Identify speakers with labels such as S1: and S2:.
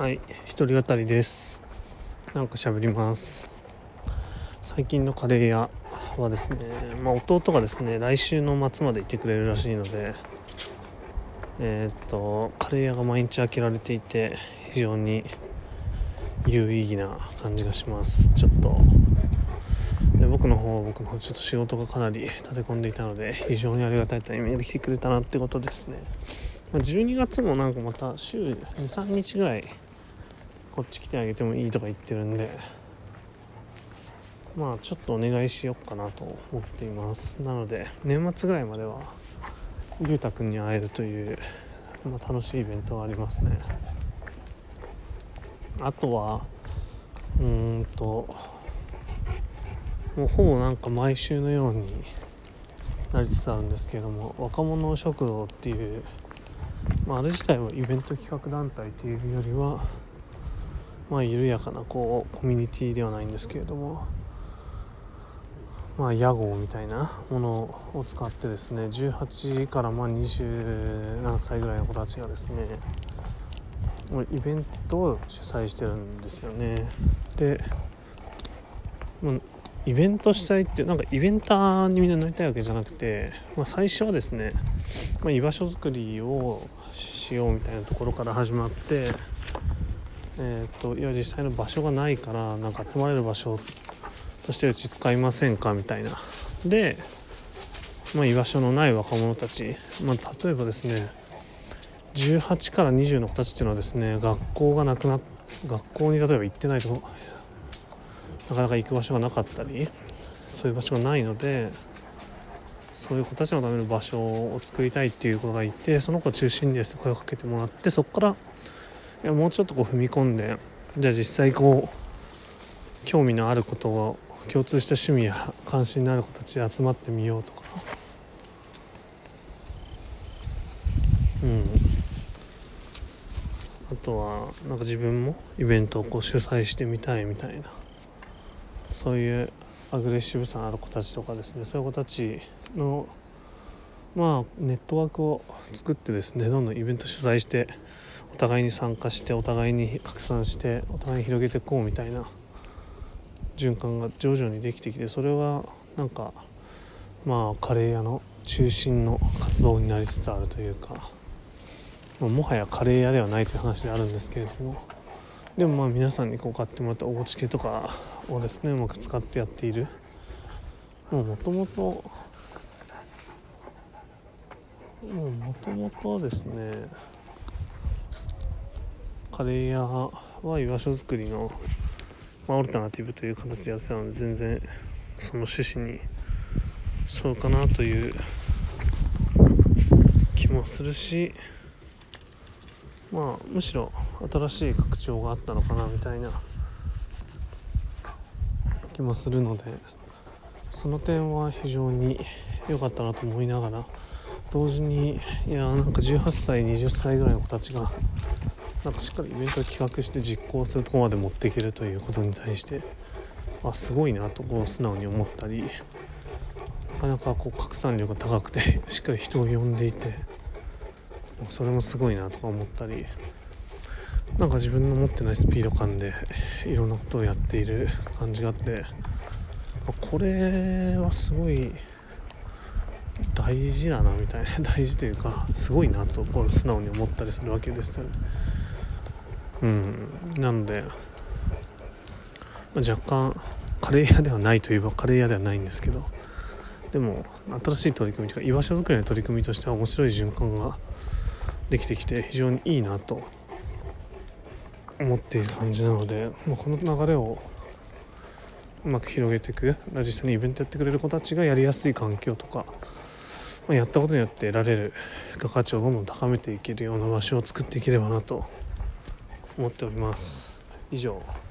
S1: はい、一人語りです。なんか喋ります。最近のカレー屋はですね、弟がですね来週の末までいてくれるらしいので、カレー屋が毎日開けられていて非常に有意義な感じがします。ちょっと僕の方ちょっと仕事がかなり立て込んでいたので非常にありがたいタイミングで来てくれたなってことですね。12月もなんかまた週 2,3 日ぐらいこっち来てあげてもいいとか言ってるんで、ちょっとお願いしようかなと思っています。なので年末ぐらいまでは龍太くんに会えるという、楽しいイベントがありますね。あとはもうほぼなんか毎週のようになりつつあるんですけれども、若者食堂っていう、あれ自体はイベント企画団体というよりは緩やかなコミュニティではないんですけれども、屋号みたいなものを使ってですね、18から20何歳ぐらいの子たちがですねイベントを主催してるんですよね。で、イベント主催ってなんかイベンターにみんななりたいわけじゃなくて、最初はですね、居場所づくりをしようみたいなところから始まって、実際の場所がないからなんか集まれる場所としてうち使いませんかみたいなで、居場所のない若者たち、例えばですね18から20の子たちっていうのはですね、学校に例えば行ってないとなかなか行く場所がなかったり、そういう場所がないので、そういう子たちのための場所を作りたいっていう子がいて、その子を中心にですね声をかけてもらって、そこからもうちょっと踏み込んで、じゃあ実際興味のあることを共通した趣味や関心のある子たちで集まってみようとか、あとはなんか自分もイベントを主催してみたいみたいな、そういうアグレッシブさのある子たちとかですね、そういう子たちのネットワークを作ってですね、どんどんイベント主催してお互いに参加してお互いに拡散してお互いに広げていこうみたいな循環が徐々にできてきて、それはなんかカレー屋の中心の活動になりつつあるというか、もはやカレー屋ではないという話であるんですけれども、でも皆さんに買ってもらったおうち系とかをですねうまく使ってやっている、もともとですね、カレー屋は居場所作りの、オルタナティブという形でやってたので、全然その趣旨にそうかなという気もするし、むしろ新しい拡張があったのかなみたいな気もするので、その点は非常に良かったなと思いながら、同時になんか18歳20歳ぐらいの子たちがなんかしっかりイベントを企画して実行するところまで持っていけるということに対してすごいなと素直に思ったり、なかなか拡散力が高くてしっかり人を呼んでいて、それもすごいなとか思ったり、なんか自分の持ってないスピード感でいろんなことをやっている感じがあって、これはすごい大事だなみたいな大事というかすごいなと素直に思ったりするわけですよね。なので、若干カレー屋ではないといえばカレー屋ではないんですけど、でも新しい取り組みというか居場所づくりの取り組みとしては面白い循環ができてきて非常にいいなと思っている感じなので、この流れをうまく広げていく、実際にイベントやってくれる子たちがやりやすい環境とか、やったことによって得られる付加価値をどんどん高めていけるような場所を作っていければなと思っております。以上。